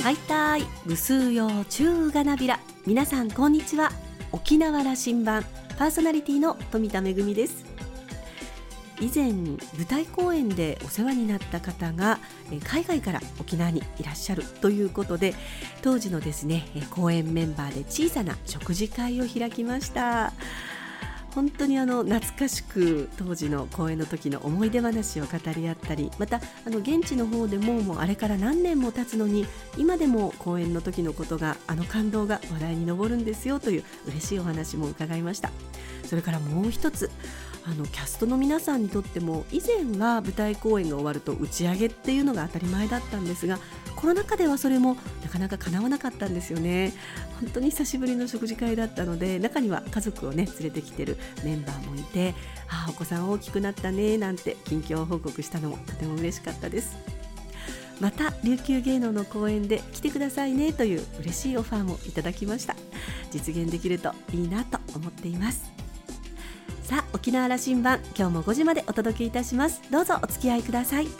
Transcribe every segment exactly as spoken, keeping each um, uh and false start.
はいたいぐすうようちゅうがなびら、皆さんこんにちは。沖縄羅針盤パーソナリティの富田恵です。以前舞台公演でお世話になった方が海外から沖縄にいらっしゃるということで、当時のですね公演メンバーで小さな食事会を開きました。本当にあの懐かしく当時の公演の時の思い出話を語り合ったり、またあの現地の方でももうあれから何年も経つのに今でも公演の時のことが、あの感動が話題に上るんですよという嬉しいお話も伺いました。それからもう一つ、あのキャストの皆さんにとっても以前は舞台公演が終わると打ち上げっていうのが当たり前だったんですが、コロナ禍ではそれもなかなか叶わなかったんですよね。本当に久しぶりの食事会だったので、中には家族をね連れてきてるメンバーもいて、あ、お子さん大きくなったねなんて近況報告したのもとても嬉しかったです。また琉球芸能の公演で来てくださいねという嬉しいオファーもいただきました。実現できるといいなと思っています。さあ、沖縄羅針盤、今日もごじまでお届けいたします。どうぞお付き合いください。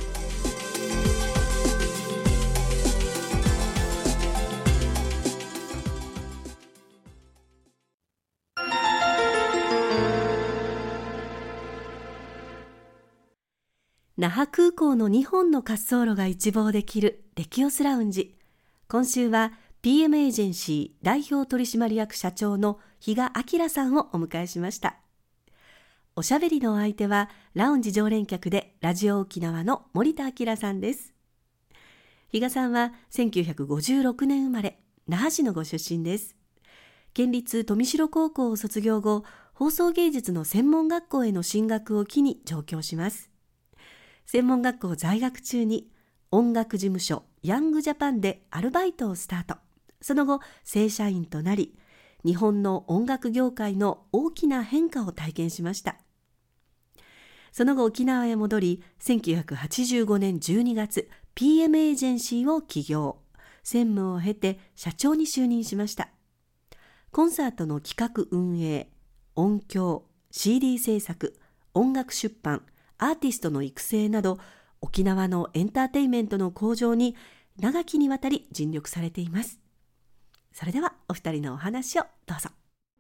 那覇空港のにほんの滑走路が一望できるレキオスラウンジ。今週は ピーエム エージェンシー代表取締役社長の比嘉明さんをお迎えしました。おしゃべりのお相手はラウンジ常連客でラジオ沖縄の森田明さんです。比嘉さんはせんきゅうひゃくごじゅうろくねん生まれ、那覇市のご出身です。県立富城高校を卒業後、放送芸術の専門学校への進学を機に上京します。専門学校在学中に音楽事務所ヤングジャパンでアルバイトをスタート。その後正社員となり、日本の音楽業界の大きな変化を体験しました。その後沖縄へ戻り、せんきゅうひゃくはちじゅうごねんじゅうにがつ ピーエム エージェンシーを起業。専務を経て社長に就任しました。コンサートの企画運営、音響、シーディー 制作、音楽出版、アーティストの育成など、沖縄のエンターテインメントの向上に長きにわたり尽力されています。それではお二人のお話をどうぞ。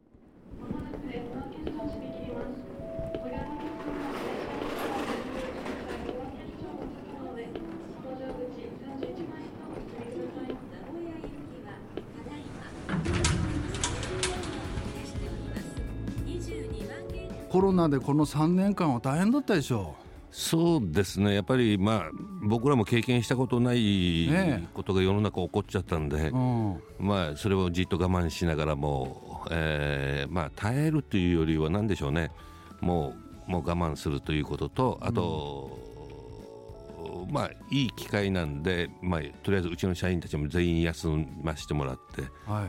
コロナでこのさんねんかんは大変だったでしょう。 そうですね、やっぱり、まあ、僕らも経験したことないことが世の中起こっちゃったんで、ね、まあ、それをじっと我慢しながらも、えーまあ、耐えるというよりは何でしょうね、もう、もう我慢するということと、あと、うん、まあ、いい機会なんで、まあ、とりあえずうちの社員たちも全員休ませてもらって、はい、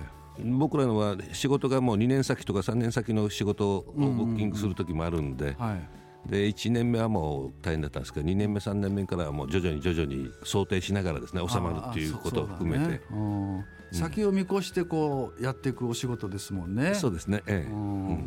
僕らのは仕事がもうにねんさきとかさんねんさきの仕事をブッキングする時もあるんで、はい、でいちねんめはもう大変だったんですけど、にねんめさんねんめからはもう徐々に徐々に想定しながらですね、収まるっていうことを含めて、 ね、うん、先を見越してこうやっていくお仕事ですもんね。 そうですね、ええ、うん、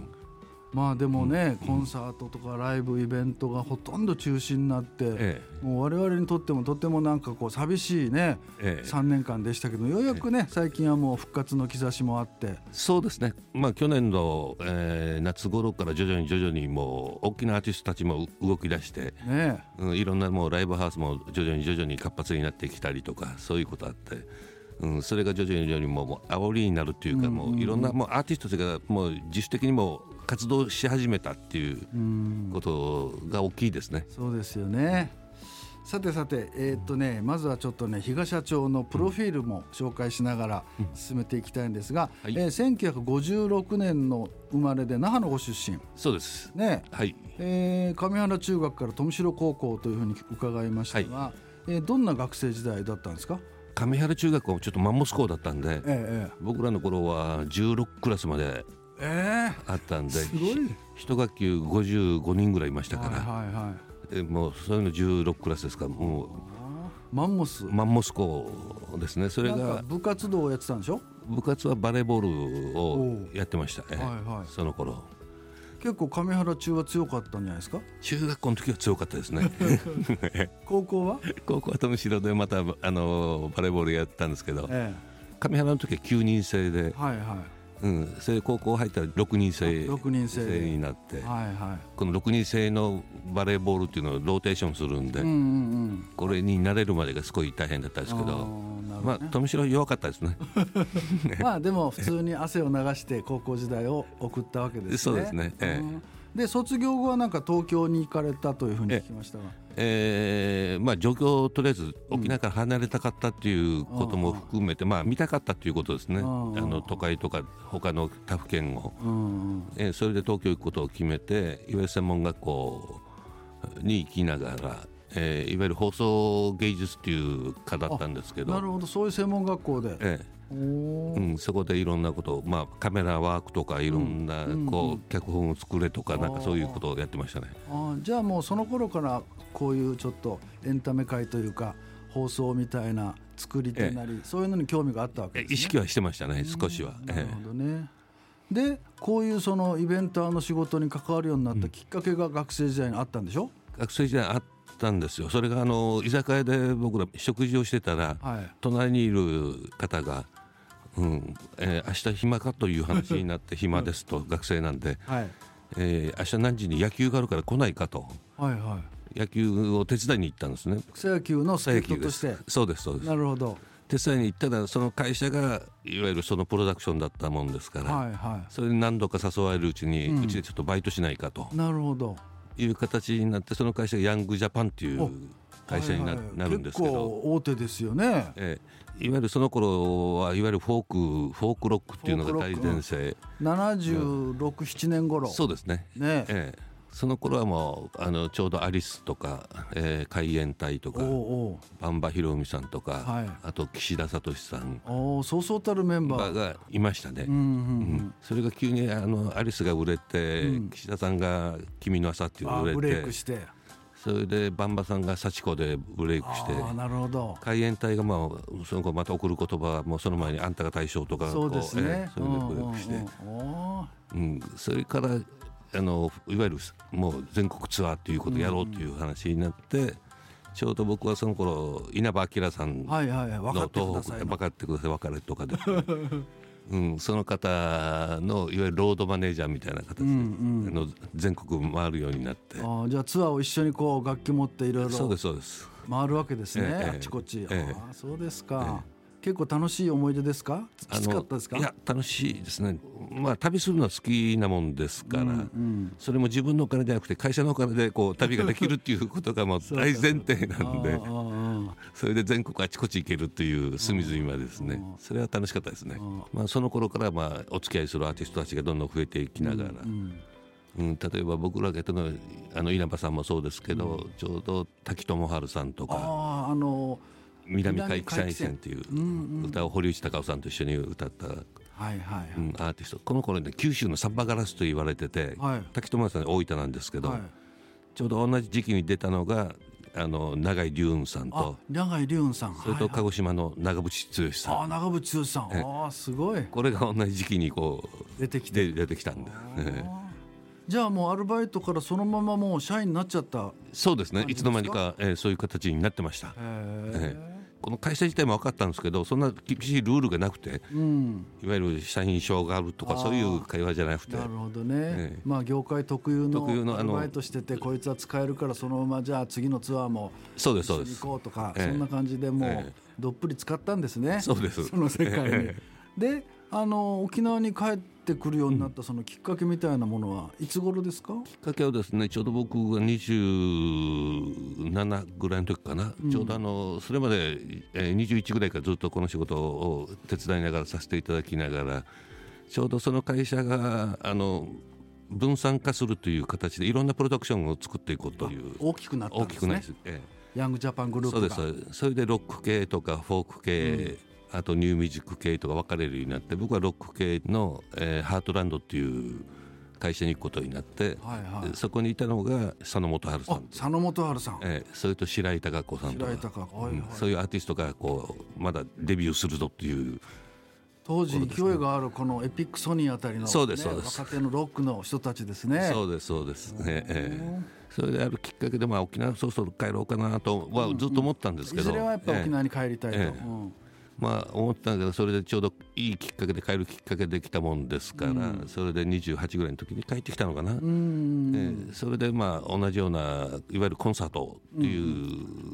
まあでもね、うん、コンサートとかライブイベントがほとんど中止になって、ええ、もう我々にとってもとてもなんかこう寂しいね、ええ、さんねんかんでしたけど、ようやくね、ええ、最近はもう復活の兆しもあって。 そうですね、まあ、去年の、えー、夏頃から徐々に徐々にもう大きなアーティストたちも動き出して、ね、うん、いろんなもうライブハウスも徐々に徐々に活発になってきたりとか、そういうことあって、うん、それが徐々に徐々にもう、もう煽りになるというか、もういろんなもうアーティストたちがもう自主的にもう活動し始めたっていうことが大きいですね。 そうですよね。さてさて、えーっとね、まずはちょっとね、比嘉社長のプロフィールも紹介しながら進めていきたいんですが、うん、えー、せんきゅうひゃくごじゅうろくねんの生まれで那覇のご出身。 そうですね、 はい、 えー、上原中学から富城高校というふうに伺いましたが、はい、えー、どんな学生時代だったんですか？ 上原中学はちょっとマンモス校だったんで、ええ、僕らの頃はじゅうろくクラスまであったんで、えー、すごい、一学級ごじゅうごにんぐらいいましたから、はいはいはい、えもうそういうのじゅうろくクラスですから、もうマンモスマンモス校ですね。それが部活動をやってたんでしょ？ 部活はバレーボールをやってました、えーはいはい、その頃結構上原中は強かったんじゃないですか。 中学校の時は強かったですね高校は高校は富城でまたあのバレーボールやったんですけど、ええ、上原の時はきゅうにん制で、はいはい、うん、それで高校入ったらろくにん制になって、はいはい、このろくにん制のバレーボールっていうのをローテーションするんで、うんうんうん、これに慣れるまでがすごい大変だったんですけど、まあ、富城弱かったですねまあでも普通に汗を流して高校時代を送ったわけですね。 そうですね、ええ、 うん、で卒業後はなんか東京に行かれたというふうに聞きましたが、 ええーまあ、状況をとりあえず沖縄から離れたかったっていうことも含めて、うん、まあ、見たかったっていうことですね。あの都会とか他の他府県を、うんえー、それで東京行くことを決めて、いわゆる専門学校に行きながら、えー、いわゆる放送芸術っていう科だったんですけど。 なるほど、そういう専門学校で、 ええうん、そこでいろんなことを、まあ、カメラワークとかいろんな、うん、こう、うん、脚本を作れとか、なんかそういうことをやってましたね。 あ、じゃあもうその頃からこういうちょっとエンタメ界というか放送みたいな作り手なり、ええ、そういうのに興味があったわけですね。 意識はしてましたね、少しは。 なるほどね、ええ、でこういうそのイベンターの仕事に関わるようになったきっかけが学生時代にあったんでしょ。 うん、学生時代あったんですよ。それがあの居酒屋で僕ら食事をしてたら、はい、隣にいる方がうんえー、明日暇かという話になって暇ですと学生なんで、はい、えー、明日何時に野球があるから来ないかと、はいはい、野球を手伝いに行ったんですね。 草野球の助っ人として。 そうですそうです。 なるほど。 手伝いに行ったらその会社がいわゆるそのプロダクションだったもんですから、はいはい、それに何度か誘われるうちに、うん、うちでちょっとバイトしないかと、 なるほど、 いう形になって、その会社がヤングジャパンっていう会社に な,、はいはい、なるんですけど、 結構大手ですよね。 えーいわゆるその頃はいわゆるフォークフォークロックっていうのが大全盛、 ななじゅうろく、ななねん頃。 そうですね、ね、ええ、その頃はもうあのちょうどアリスとか、えー、海援隊とか馬場博美さんとか、はい、あと岸田聡さん、 おそうそうたるメンバーがいましたね。うんうんうんうん、それが急にあのアリスが売れて、うん、岸田さんが君の朝っていうのが売れて、 ブレイクして、 それでバンバさんが幸子でブレイクして、 あ、なるほど、 海援隊が、まあ、その後また送る言葉はもうその前にあんたが大将とか、 そうですね、 それでブレイクして、うん、それからあのいわゆるもう全国ツアーっていうことをやろうという話になって、うんうん、ちょうど僕はその頃稲葉明さんの東北分かってください別れとかでうん、その方のいわゆるロードマネージャーみたいな形で、うんうん、の全国回るようになって、 あ、じゃあツアーを一緒にこう楽器持っていろいろそうですそうです回るわけですね、ええ、あっちこっち、ええ、あ、そうですか、ええ、結構楽しい思い出ですか。きつかったですか。 いや楽しいですね。まあ旅するのは好きなもんですから、うんうん、それも自分のお金じゃなくて会社のお金でこう旅ができるっていうことがもう大前提なんでそれで全国あちこち行けるっていう隅々までですね、それは楽しかったですね。まあ、その頃からまあお付き合いするアーティストたちがどんどん増えていきながら、うんうんうん、例えば僕らがやったのはあの稲葉さんもそうですけど、うん、ちょうど滝智春さんとか、 ああの南海汽船線という歌を堀内孝雄さんと一緒に歌った、はいはいはい、 うん、アーティスト、この頃ね九州のサンバガラスと言われてて、はい、滝智さん大分なんですけど、はい、ちょうど同じ時期に出たのがあの永井龍雲さんと、 永井龍雲さん、 それと鹿児島の長渕剛さん、 あ、長渕剛さん、あ、すごい、 これが同じ時期にこう出てきて出てきたんで、 じゃあもうアルバイトからそのままもう社員になっちゃった。 そうですね、いつの間にか、えー、そういう形になってました。へ、えーこの会社自体も分かったんですけど、そんな厳しいルールがなくて、うん、いわゆる社員証があるとかそういう会話じゃなくて、 なるほどね、ええ、まあ業界特有のアルバイトしてて、こいつは使えるからそのままじゃあ次のツアーも一緒に行こうとか、そんな感じでもうどっぷり使ったんですね、 そうです、 その世界に、ええ、であの沖縄に帰ってくるようになったそのきっかけみたいなものはいつ頃ですか。 きっかけはですね、ちょうど僕がにじゅうななぐらいの時かな、うん、ちょうどあのそれまでにじゅういちぐらいからずっとこの仕事を手伝いながらさせていただきながら、ちょうどその会社があの分散化するという形でいろんなプロダクションを作っていこうという、 大きくなったんですね。大きくないです、ええ、ヤングジャパングループが。 そうです。それでロック系とかフォーク系、うん、あとニューミュージック系とか分かれるようになって、僕はロック系の、えー、ハートランドっていう会社に行くことになって、はいはい、そこにいたのが佐野元春さん、 佐野元春さん、 えー、それと白井貴子さんとか、 白井貴子、はいはい、 うん、そういうアーティストがこうまだデビューするぞっていう当時勢いがあるこのエピックソニーあたりの、ね、 そうですそうです若手のロックの人たちですね。 そうですそうですね、ええ、それであるきっかけで、まあ、沖縄そろそろ帰ろうかなとはずっと思ったんですけど、 うんうん、いずれはやっぱり沖縄に帰りたいと、ええええ、うんまあ、思ったんだけど、それでちょうどいいきっかけで帰るきっかけできたもんですから、うん、それでにじゅうはちぐらいの時に帰ってきたのかな、うんえー、それでまあ同じようないわゆるコンサートという、うん、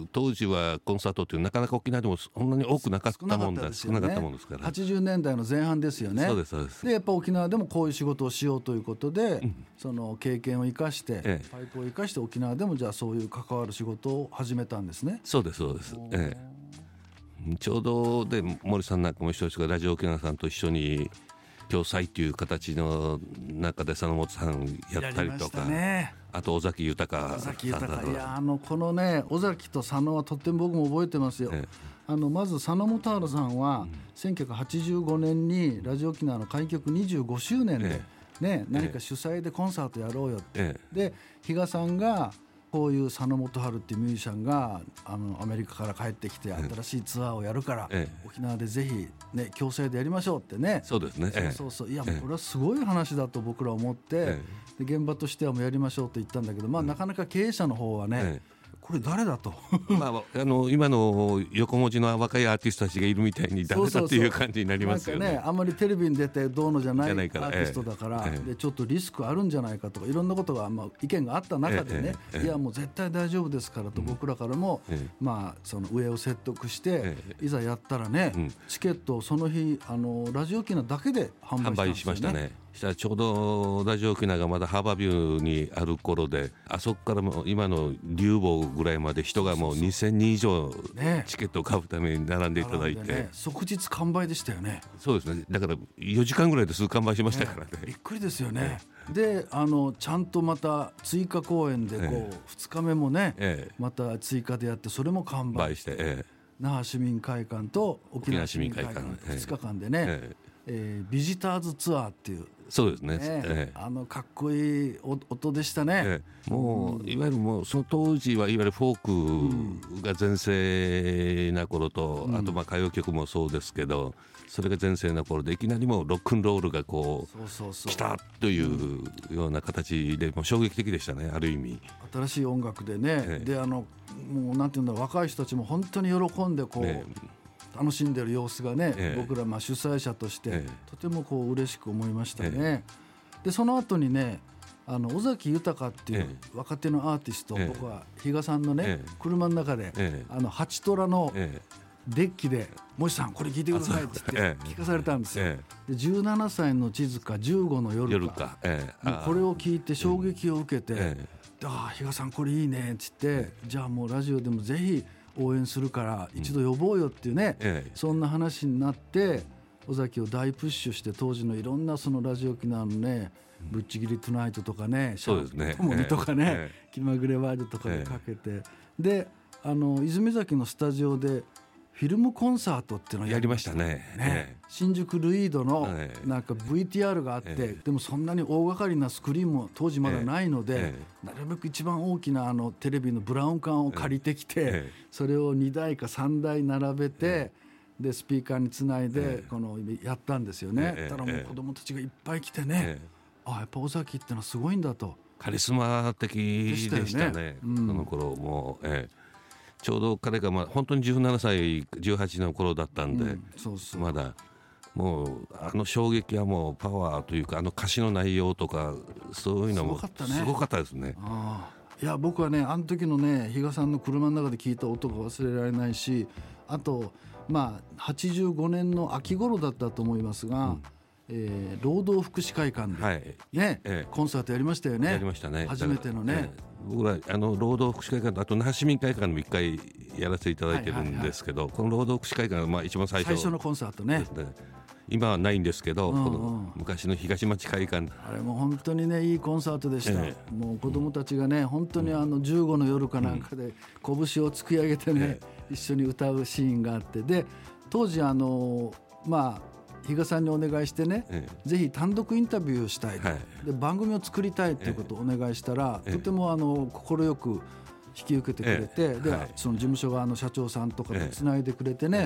当時はコンサートというなかなか沖縄でもそんなに多くなかったもんだ少なかったもんですから、 はちじゅうねんだいの前半ですよね。 そうですそうです。 でやっぱ沖縄でもこういう仕事をしようということで、うん、その経験を生かして、ええ、パイプを生かして沖縄でもじゃあそういう関わる仕事を始めたんですね。 そうですそうです、ええ、ちょうどで森さんなんかも一緒ですが、ラジオ沖縄さんと一緒に共催という形の中で佐野本さんやったりとか、ね、あと尾崎豊尾崎豊いやあのこのね尾崎と佐野はとっても僕も覚えてますよ、ええ、あのまず佐野元春さんは、うん、せんきゅうひゃくはちじゅうごねんにラジオ沖縄の開局にじゅうごしゅうねんで、ええね、何か主催でコンサートやろうよって、ええ、で比嘉さんがこういう佐野元春っていうミュージシャンがあのアメリカから帰ってきて新しいツアーをやるから、ええ、沖縄でぜひ、ね、共催でやりましょうってね。 そうですね。 そうそうそう、いやもうこれはすごい話だと僕ら思って、ええ、で現場としてはもうやりましょうと言ったんだけど、まあ、なかなか経営者の方はね、ええこれ誰だとまあ、あの今の横文字の若いアーティストたちがいるみたいに誰だっていう感じになりますよね。 なんかね、あんまりテレビに出てどうのじゃないアーティストだから、ええ、でちょっとリスクあるんじゃないかとかいろんなことが、まあ、意見があった中でね、ええ、いやもう絶対大丈夫ですからと僕らからも、うんまあ、その上を説得して、ええ、いざやったらね、うん、チケットをその日あのラジオ沖縄だけで販売したんですよね。販売しましたね。 したらちょうどラジオ沖縄がまだハーバービューにある頃で、あそこからも今の竜坊ぐらいまで人がもうにせんにん以上チケットを買うために並んでいただいて、ね、 即日完売でしたよね。 そうですね。だからよじかんぐらいですぐ完売しましたからね。 ねびっくりですよね。ねであのちゃんとまた追加公演でこう、ええ、ふつかめもね、ええ、また追加でやってそれも完売して、ええ、那覇市民会館と沖縄市民会館ふつかかんでね、えええー、ビジターズツアーっていうそうですね、ねええ、あのかっこいい音でしたね、ええ、もういわゆるもうその当時はいわゆるフォークが全盛な頃と、うん、あとまあ歌謡曲もそうですけどそれが全盛な頃でいきなりもうロックンロールがこう来たというような形でもう衝撃的でしたね。ある意味新しい音楽でね、ええ、であのもうなんていうんだろう若い人たちも本当に喜んでこう、ね楽しんでる様子がね、ええ、僕らまあ主催者として、ええ、とてもこう嬉しく思いましたね、ええ、でその後にねあの尾崎豊っていう若手のアーティスト、ええ、僕は比嘉さんのね、ええ、車の中で、ええ、あのハチトラのデッキで森さんこれ聞いてくださいって言って聞かされたんですよ、ええ、でじゅうななさいの地図かじゅうごの夜か、夜か、ええ、これを聞いて衝撃を受けて、ええ、ああ比嘉さんこれいいねって言って、ええ、じゃあもうラジオでもぜひ応援するから一度呼ぼうよっていうね、うんええ、そんな話になって尾崎を大プッシュして当時のいろんなそのラジオ沖縄のね、うん、ぶっちぎりトゥナイトとかねシャープともにとかね、ええ、気まぐれワイドとかでかけて、ええ、であの泉崎のスタジオでフィルムコンサートっていうのをやりましたね。 やりましたね、ええ、 新宿ルイードのなんか ブイティーアール があって、ええ、でもそんなに大掛かりなスクリーンも当時まだないので、ええ、なるべく一番大きなあのテレビのブラウン管を借りてきて、ええ、それをにだいかさんだい並べて、ええ、でスピーカーにつないでこのやったんですよね、ええ、だからもう子供たちがいっぱい来てね、ええ、あやっぱ尾崎ってのはすごいんだと。 カリスマ的でしたね、したよね、うん、その頃もう、ええちょうど彼がまあ本当にじゅうななさいじゅうはちの頃だったんで、うん、そうそうまだもうあの衝撃はもうパワーというかあの歌詞の内容とかそういうのもすごかったですね。 あいや僕はねあの時のね比嘉さんの車の中で聞いた音が忘れられないしあとまあはちじゅうごねんの秋頃だったと思いますが、うんえー、労働福祉会館で、はいねええ、コンサートやりましたよね。 やりましたね。 初めてのね、ええ、 僕らあの労働福祉会館とあと那覇市民会館もいっかいやらせていただいてるんですけど、はいはいはい、この労働福祉会館はまあ一番最初最初のコンサートね。 今はないんですけど、うんうん、この昔の東町会館あれも本当にねいいコンサートでした、ええ、もう子どもたちがね本当にあのじゅうごの夜かなんかで拳を突き上げてね、ええ、一緒に歌うシーンがあってで当時あのまあ比嘉さんにお願いしてね、ええ、ぜひ単独インタビューをしたいと、はい、で番組を作りたいということをお願いしたら、ええ、とてもあの快く引き受けてくれて、ええ、で、はい、その事務所側の社長さんとかとつないでくれてね、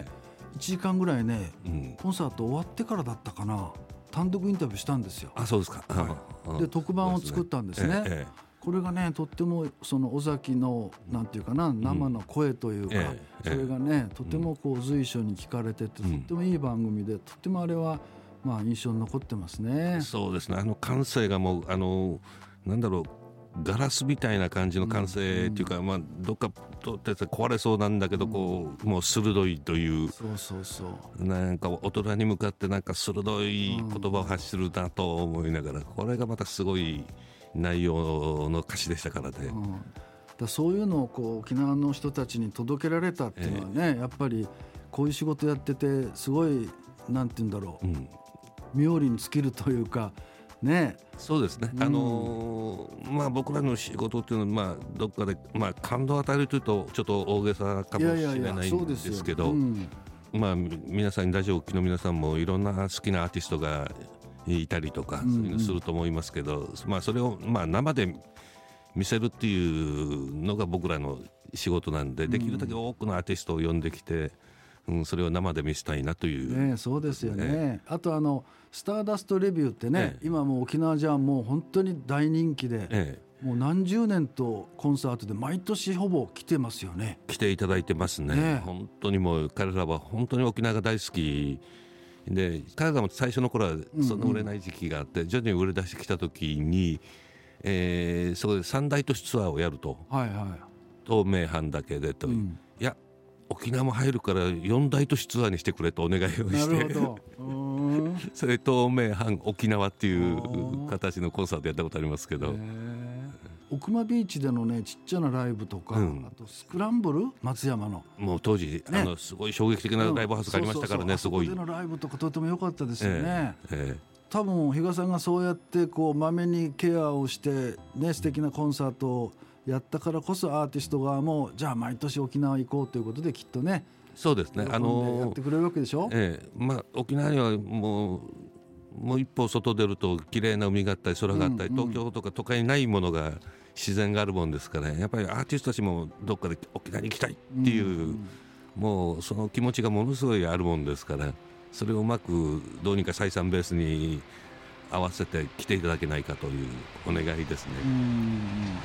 いちじかんぐらいね、うん、コンサート終わってからだったかな、単独インタビューしたんですよ。 あ、そうですか。 はい、で特番を作ったんですね。ですね、ええ、これがねとってもその尾崎のなんていうかな、生の声というか、うん、それがねとてもこう随所に聞かれてて、とってもいい番組で、とってもあれはまあ印象に残ってますね。 そうですね。あの感性がもうあのなんだろう、ガラスみたいな感じの感性っていうか、うん、まあ、どっかとって壊れそうなんだけど、こう、うん、もう鋭いという、 そうそうそう、 なんか大人に向かってなんか鋭い言葉を発するなと思いながら、これがまたすごい内容の歌詞でしたからね。うん、 だそういうのをこう沖縄の人たちに届けられたっていうのはね、えー、やっぱりこういう仕事やっててすごいなんて言うんだろう、うん、妙利に尽きるというかね。 そうですね、うん、あのーまあ、僕らの仕事っていうのは、まあ、どっかで、まあ、感動を与えるというとちょっと大げさかもしれないんですけど、まあ、皆さんラジオを聴きの皆さんもいろんな好きなアーティストがいたりとか、うんうん、そういうのすると思いますけど、まあ、それを、まあ、生で見せるっていうのが僕らの仕事なんで、できるだけ多くのアーティストを呼んできて、うん、それを生で見せたいなという、 ね、そうですよね、ね。あとあのスターダストレビューってね、ね、今もう沖縄じゃもう本当に大人気で、ね、もう何十年とコンサートで毎年ほぼ来てますよね。 来ていただいてます ね, ね本当にもう彼らは本当に沖縄が大好きで、彼らも最初の頃はそんな売れない時期があって、うんうん、徐々に売れ出してきた時に、えー、そこで三大都市ツアーをやると、はいはい、東名阪だけでという、うん、いや沖縄も入るから四大都市ツアーにしてくれとお願いをして、なるほどそれ東名阪沖縄っていう形のコンサートやったことありますけど、 奥間ビーチでのねちっちゃなライブとか、うん、あとスクランブル松山のもう当時、ね、あのすごい衝撃的なライブハウスがありましたからね、うん、そうそうそう、 すごいあそこでのライブとかとても良かったですよね、えーえー、多分比嘉さんがそうやってこうまめにケアをしてね素敵なコンサートをやったからこそアーティスト側もじゃあ毎年沖縄行こうということできっとね、 そうですね、あのやってくれるわけでしょ、 ええ、まあ、沖縄にはもうもう一歩外出ると綺麗な海があったり空があったり、うんうん、東京とか都会にないものが自然があるもんですから、ね、やっぱりアーティストたちもどっかで沖縄に行きたいっていう、うんうん、もうその気持ちがものすごいあるもんですから、それをうまくどうにか採算ベースに合わせて来ていただけないかというお願いですね。うんうん、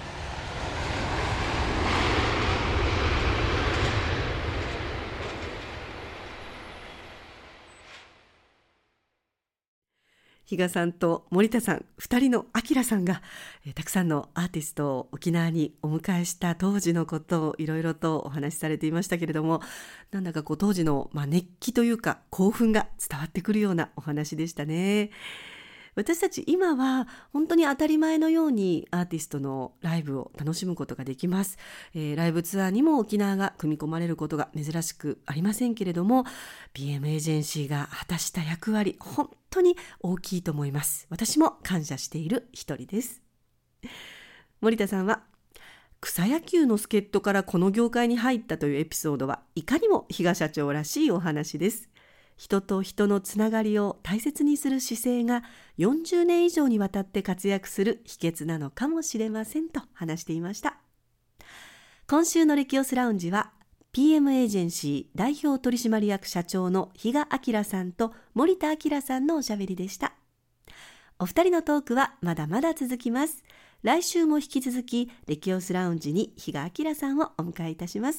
比嘉さんと森田さんふたりの明さんが、えー、たくさんのアーティストを沖縄にお迎えした当時のことをいろいろとお話しされていましたけれども、なんだかこう当時の、まあ、熱気というか興奮が伝わってくるようなお話でしたね。私たち今は本当に当たり前のようにアーティストのライブを楽しむことができます、えー、ライブツアーにも沖縄が組み込まれることが珍しくありませんけれども、 ピーエム エージェンシーが果たした役割本当に大きいと思います。私も感謝している一人です。森田さんは草野球の助っ人からこの業界に入ったというエピソードはいかにも比嘉社長らしいお話です。人と人のつながりを大切にする姿勢がよんじゅうねん以上にわたって活躍する秘訣なのかもしれませんと話していました。今週のレキオスラウンジは ピーエム エージェンシー代表取締役社長の比嘉明さんと森田明さんのおしゃべりでした。お二人のトークはまだまだ続きます。来週も引き続きレキオスラウンジに比嘉明さんをお迎えいたします。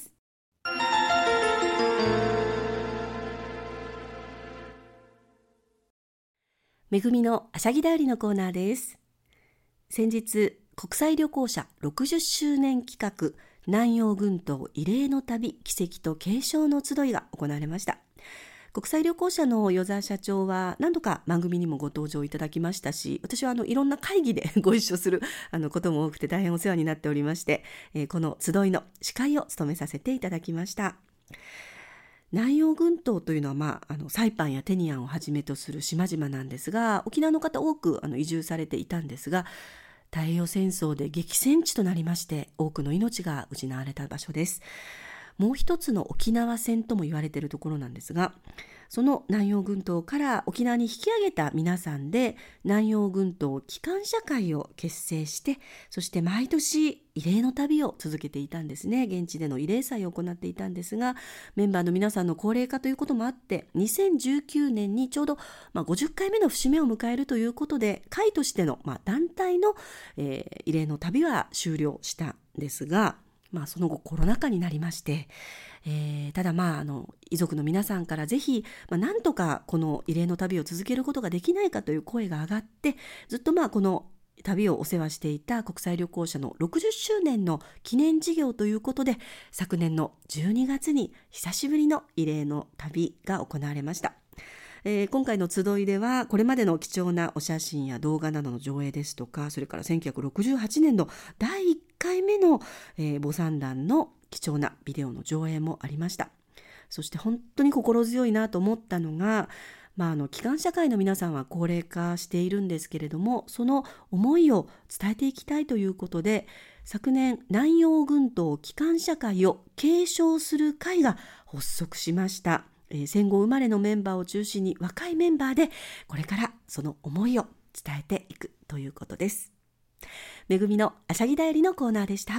めぐみのあしゃぎだよりのコーナーです。先日国際旅行者ろくじゅっしゅうねん企画南洋群島慰霊の旅奇跡と継承の集いが行われました。国際旅行者の与沢社長は何度か番組にもご登場いただきましたし、私はあのいろんな会議でご一緒するあのことも多くて大変お世話になっておりまして、えー、この集いの司会を務めさせていただきました。南洋群島というのは、まあ、あのサイパンやテニアンをはじめとする島々なんですが、沖縄の方多くあの移住されていたんですが、太平洋戦争で激戦地となりまして多くの命が失われた場所です。 もう一つの沖縄戦とも言われているところなんですが、その南洋群島から沖縄に引き上げた皆さんで南洋群島機関車会を結成して、そして毎年慰霊の旅を続けていたんですね。現地での慰霊祭を行っていたんですが、メンバーの皆さんの高齢化ということもあってにせんじゅうきゅうねんにちょうど、まあ、ごじゅっかいめの節目を迎えるということで、会としての、まあ、団体の、えー、慰霊の旅は終了したんですが、まあ、その後コロナ禍になりまして、えー、ただまああの遺族の皆さんからぜひ、まあ、なんとかこの慰霊の旅を続けることができないかという声が上がって、ずっとまあこの旅をお世話していた国際旅行者のろくじゅっしゅうねんの記念事業ということで、昨年のじゅうにがつに久しぶりの慰霊の旅が行われました。えー、今回の集いではこれまでの貴重なお写真や動画などの上映ですとか、それからせんきゅうひゃくろくじゅうはちねんのだいいっかいめの、えー、母産団の貴重なビデオの上映もありました。そして本当に心強いなと思ったのが、まあ、あの機関社会の皆さんは高齢化しているんですけれども、その思いを伝えていきたいということで、昨年南洋群島機関社会を継承する会が発足しました。えー、戦後生まれのメンバーを中心に若いメンバーでこれからその思いを伝えていくということです。めぐみのあしゃぎだよりのコーナーでした。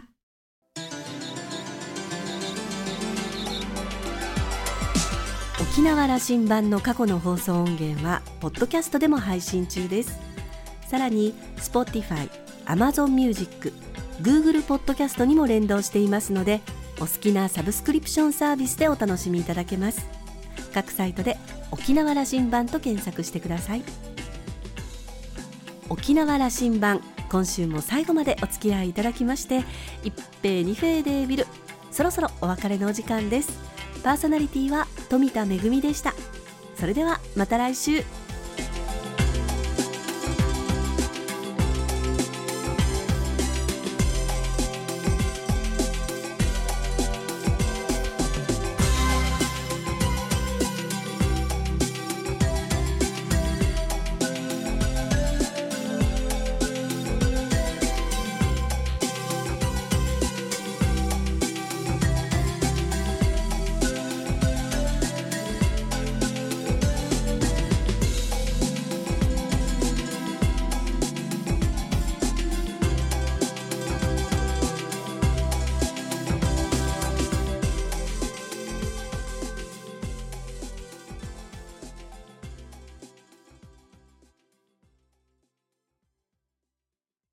沖縄羅針盤の過去の放送音源はポッドキャストでも配信中です。さらに Spotify、Amazon Music、Google ポッドキャストにも連動していますので、お好きなサブスクリプションサービスでお楽しみいただけます。各サイトで沖縄羅針盤と検索してください。沖縄羅針盤、今週も最後までお付き合いいただきまして一平二平でビル、そろそろお別れのお時間です。パーソナリティは富田恵でした。それではまた来週。